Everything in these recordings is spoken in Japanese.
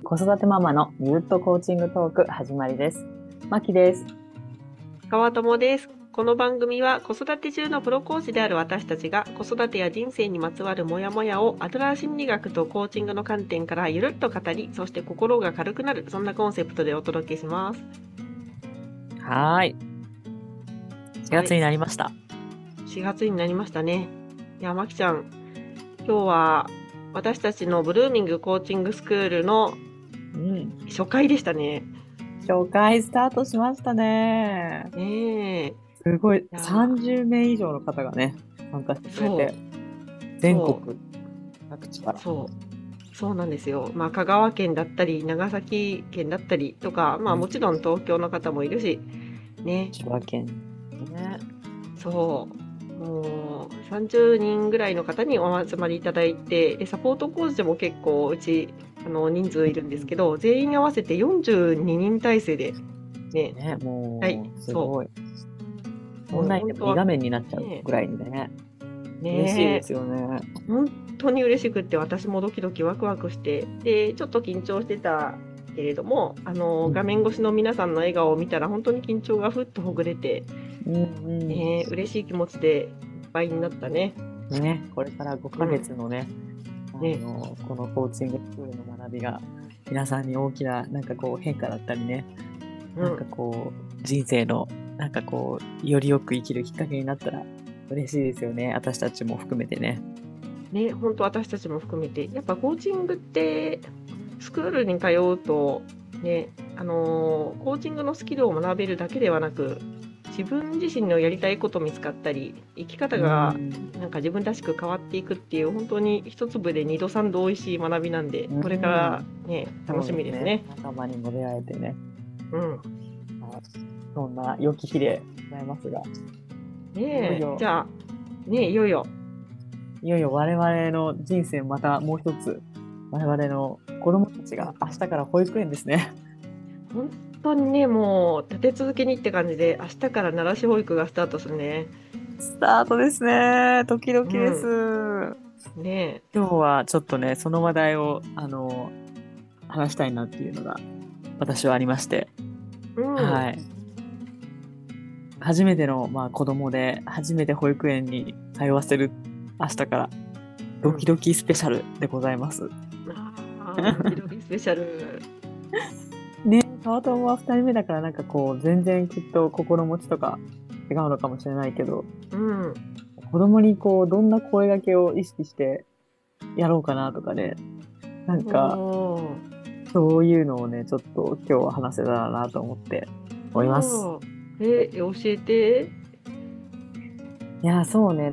子育てママのゆるっとコーチングトーク始まりです。まきです。 川友です。この番組は子育て中のプロコーチである私たちが子育てや人生にまつわるモヤモヤをアドラー心理学とコーチングの観点からゆるっと語り、そして心が軽くなる、そんなコンセプトでお届けします。 はい。4 はい、 月になりました。 4月になりましたね。いや、まきちゃん、今日は私たちのブルーミングコーチングスクールの初回でしたね。 紹介スタートしましたね。 ねえ。いすごい、 や、 30名以上の方がね、参加してくれて、 そう、 全国そ各地から。 そうなんですよ。香川県だったり、長崎県だったりとか、もちろん東京の方もいるし、ね。 千葉県ね。 そう。もう30人ぐらいの方にお集まりいただいて、で、サポート講師も結構うち、人数いるんですけど、全員合わせて42人体制で、ね。 ね、 はい。 もう、すそごい。 う。 オンラインでもう本当は、 も2画面になっちゃうね、 ぐらいにね。嬉しいでねすよね。 本当に嬉しくって、私もドキドキワクワクして、で、ちょっと緊張してたけれども、画面越しの皆さんの笑顔を見たら、本当に緊張がふっとほぐれて、 うんうん嬉しい気持ちでいっぱいになったね。 ね、これから5ヶうん。 月のね、 ね。 このコーチングスクールの学びが皆さんに大きな変化だったりね、 うん。 人生のよりよく生きるきっかけになったら嬉しいですよね。私たちも含めてね。 ね、本当私たちも含めて、やっぱコーチングって、スクールに通うと、ね、コーチングのスキルを学べるだけではなく、自分自身のやりたいこと見つかったり、生き方うがん。 なんか自分らしく変わっていくっていう、本当に一粒で二度三度美味しい学びなんで、 うこれからん。 ね、楽しそうですね。 みですね。 仲間にも出会えてね。 うん。 そんな良き日でございますが、いよいねえ、じよ、 ゃあ、ねえ、いよいよ、 いよいよ我々の人生またもう一つ、我々の子供たちが明日から保育園ですね。 本当にね、もう立て続けにって感じで、明日から奈良市保育がスタートするね。 スタートですね。ドキドキです。 うん。ね今日はちょっとね、その話題を、話したいなっていうのが、私はありまして。 え。うん。 はい。初めての、子供で、初めて保育園に通わせる、明日から、 うん。 ドキドキスペシャルでございます。 ああ、ドキドキスペシャル。 ね、川友は2人目だから、全然きっと心持ちとか違うのかもしれないけど、 うん。 子供にどんな声掛けを意識してやろうかなとかね、なんか、 おー。 そういうのをね、ちょっと今日は話せたらなと思っております。 おー。教えて。 いや、そうね、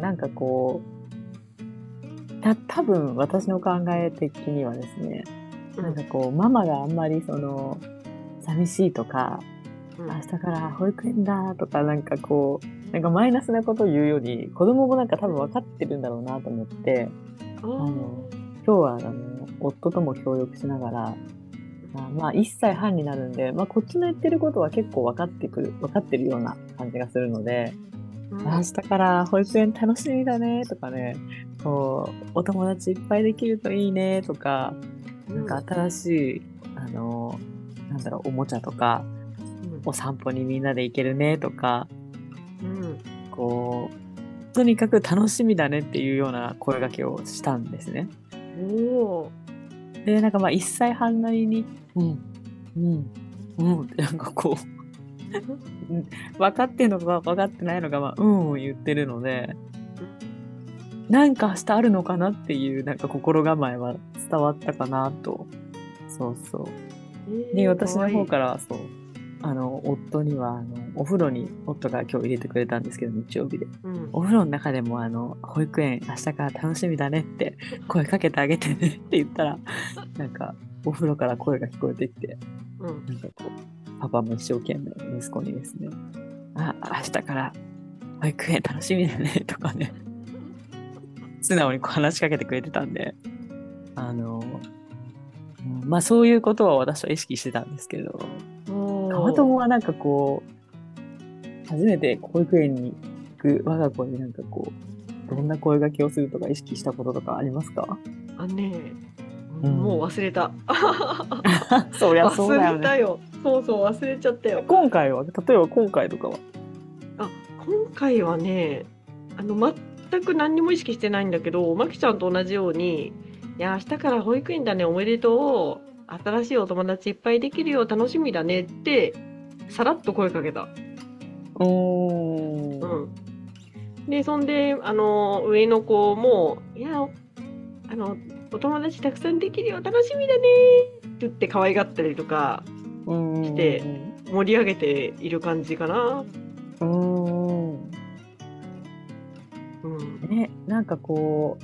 多分私の考え的にはですね、 うん。 ママがあんまり寂しいとか、 うん。 明日から保育園だとか、マイナスなことを言うより、子供も多分分かってるんだろうなと思って、 おあの、 ー。 今日は夫とも協力しながら、1歳半になるんで、こっちの言ってることは結構分かってるような感じがするので、明うん。 日から保育園楽しみだねとかね、お友達いっぱいできるといいねとか、 うん。 新しい、おもちゃとか、 うん。 お散歩にみんなで行けるねとか、 うん。 とにかく楽しみだねっていうような声掛けをしたんですね。 おー。 で、1歳半なりに、うん、うん、うんってうん分かってんのか分かってないのか、うん言ってるので、なんか明日あるのかなっていう、心構えは伝わったかなと。そうそう。で、私のかわいい。 方からはそう、夫には、お風呂に、夫が今日入れてくれたんですけど、日曜日で。 うん。 お風呂の中でも、保育園明日から楽しみだねって声かけてあげてねって言ったら、なんか、お風呂から声が聞こえてきて、 うん。 パパも一生懸命息子にですね、明日から保育園楽しみだねとかね、素直に話しかけてくれてたんで、あの、そういうことは私は意識してたんですけど、川おー。 友は初めて保育園に行く我が子にどんな声掛けをするとか意識したこととかありますか？ あ、ね、 もう忘れた。 そりゃそうだよね。 忘れたよ。そうそう、忘れちゃったよ。 今回は、例えば今回とかは。 今回はね、全く何にも意識してないんだけど、まきちゃんと同じように、いや、明日から保育園だね、おめでとう。新しいお友達いっぱいできるよ、楽しみだねって、さらっと声かけた。で、そんで、上の子も、いや、お友達たくさんできるよ、楽しみだねって言って可愛がったりとかして盛り上げている感じかな。 ね、なんかこ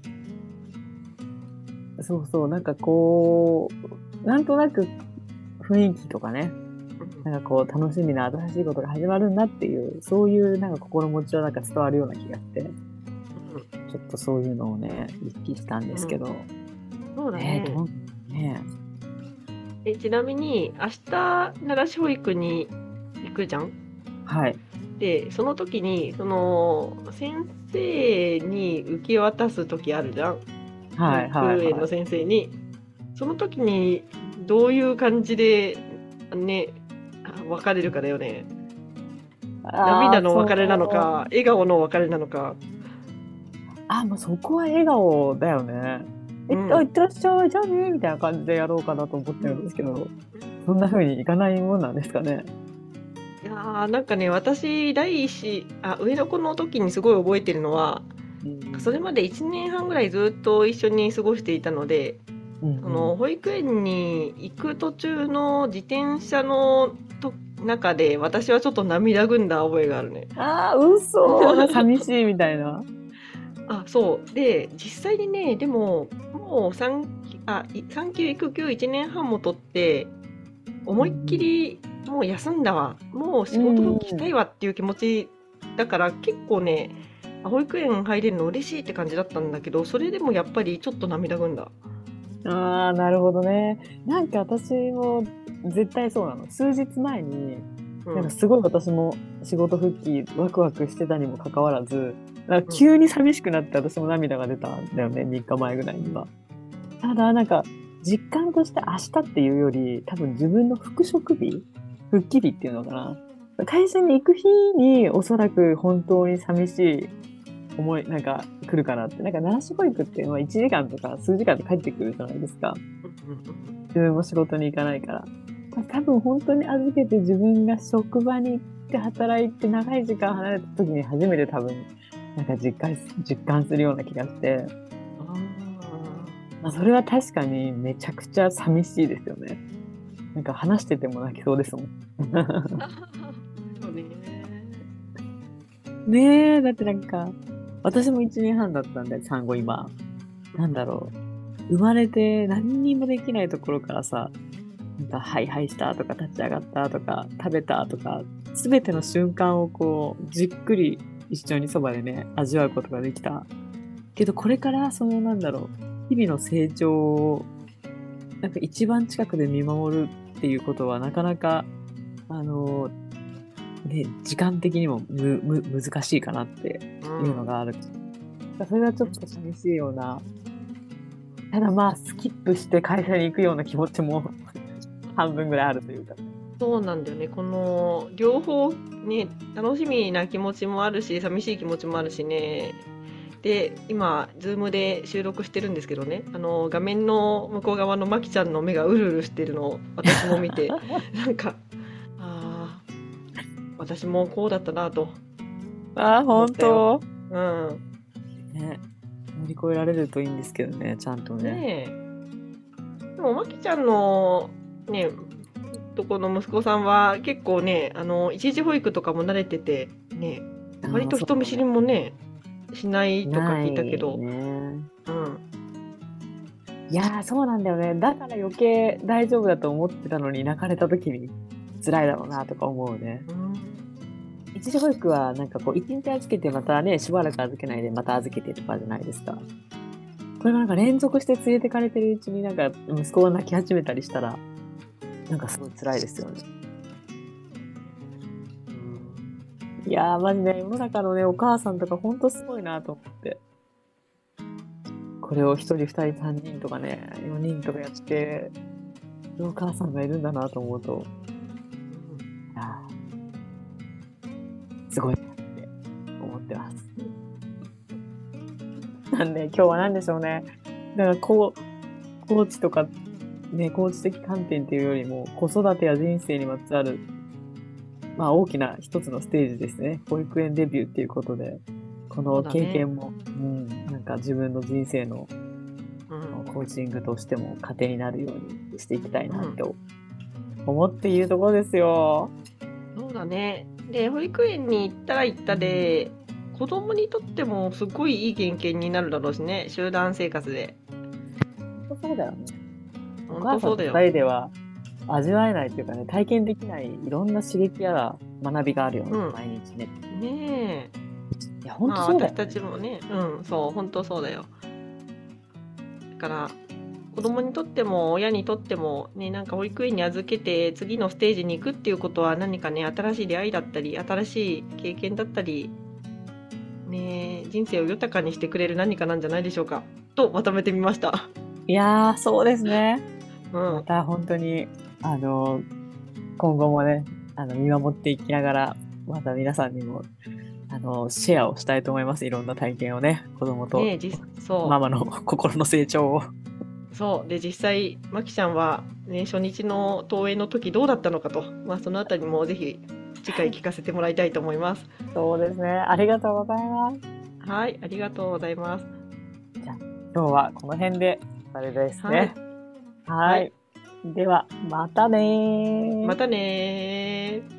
う、そうそう、なんかこう、なんとなく雰囲気とかね、なんかこう楽しみな新しいことが始まるんだっていう、そういうなんか心持ちはなんか伝わるような気がして、ちょっとそういうのをね、意識したんですけど。 そうだね。ちなみに、明日、奈良市保育に行くじゃん？ はい。 で、その時に、先生に受け渡す時あるじゃん。 はい保育園の先生に。その時に、どういう感じで、ね、別れるかだよね。涙の別れなのか、笑顔の別れなのか。 もうそこは笑顔だよね。いってらっしゃい、じゃあね、みたいな感じでやろうかなと思ってるんですけど、そんな風にいかないもんなんですかね。 いやー、なんかね、私、上の子の時にすごい覚えてるのは、それまで1年半ぐらいずっと一緒に過ごしていたので、保育園に行く途中の自転車の中で私はちょっと涙ぐんだ覚えがあるね。 嘘寂しいみたいな。 そうで実際にね、でももう産休育休1年半も取って思いっきりもう休んだわ、もう仕事復帰したいわっていう気持ちだから、結構ね、保育園入れるの嬉しいって感じだったんだけど、それでもやっぱりちょっと涙ぐんだ。 なるほどね。なんか私も絶対そうなの。数日前に、なんかすごい私も仕事復帰ワクワクしてたにもかかわらず、なんか急に寂しくなって私も涙が出たんだよね、3日前ぐらいには。ただなんか実感として明日っていうより、多分自分の復帰日っていうのかな。会社に行く日におそらく本当に寂しい思い、なんか来るかなって。なんか奈良市保育っていうのは1時間とか数時間で帰ってくるじゃないですか。自分も仕事に行かないから。多分本当に預けて自分が職場に行って働いて長い時間離れた時に初めて多分なんか実感するような気がして。それは確かにめちゃくちゃ寂しいですよね。なんか話してても泣きそうですもん。ねえ、だってなんか、私も1年半だったんで、産後今。なんだろう。生まれて何にもできないところからさ、なんか、ハイハイしたとか、立ち上がったとか、食べたとか、すべての瞬間をこう、じっくり一緒にそばでね、味わうことができた。けど、これからなんだろう、日々の成長を、なんか一番近くで見守るっていうことは、なかなか、時間的にも難しいかなっていうのがある。それはちょっと寂しいような。ただまあ、スキップして会社に行くような気持ちも半分ぐらいあるというか。 そうなんだよね。この両方ね、楽しみな気持ちもあるし、寂しい気持ちもあるしね。で、今、ズームで収録してるんですけどね、画面の向こう側のまきちゃんの目がうるうるしてるのを私も見て、なんか、私もこうだったなと。 本当？ ね、 乗り越えられるといいんですけどね、ちゃんとね。 でも、まきちゃんのね、とこの息子さんは結構ね、一時保育とかも慣れてて、ね、割と人見知りもね、しないとか聞いたけど。 いやー、そうなんだよね。だから余計大丈夫だと思ってたのに泣かれた時に辛いだろうなとか思うね。一時保育はなんかこう一日預けてまたね、しばらく預けないでまた預けてとかじゃないですか。これがなんか連続して連れてかれてるうちになんか息子が泣き始めたりしたら、なんかすごい辛いですよね。いやー、マジね、世の中のね、お母さんとかほんとすごいなと思って。 これを1人、2人、3人とかね、4人とかやってるお母さんがいるんだなと思うと、あーすごいなって思ってます。なんで今日は何でしょうね。だからコーチとかね、コーチ的観点っていうよりも子育てや人生にまつわるまあ大きな一つのステージですね。保育園デビューっていうことで、この経験も、なんか自分の人生のコーチングとしても糧になるようにしていきたいなって思っているところですよ。 そうだね。で、保育園に行ったら行ったで、子供にとってもすごいいい経験になるだろうしね、集団生活で。 本当そうだよね。 本当そうだよ。 お母さんと二人では味わえないというかね、体験できないいろんな刺激や学びがあるよね、毎日ね。 ねえ。 いや、本当そうだよ、 私たちもね、そう、本当そうだよ。だから、子供にとっても親にとっても、ね、なんか保育園に預けて次のステージに行くっていうことは何かね、新しい出会いだったり、新しい経験だったり、ね、人生を豊かにしてくれる何かなんじゃないでしょうか。とまとめてみました。 いやー、そうですね。また本当に、今後もね、見守っていきながら、また皆さんにも、シェアをしたいと思います。いろんな体験をね、子供と、ママの心の成長を。 そう。で、実際、まきちゃんは、ね、初日の登園の時どうだったのかと、そのあたりもぜひ、次回聞かせてもらいたいと思います。 そうですね。ありがとうございます。 はい、ありがとうございます。 じゃあ、今日はこの辺で、あれですね。はい。では、またねー。 またねー。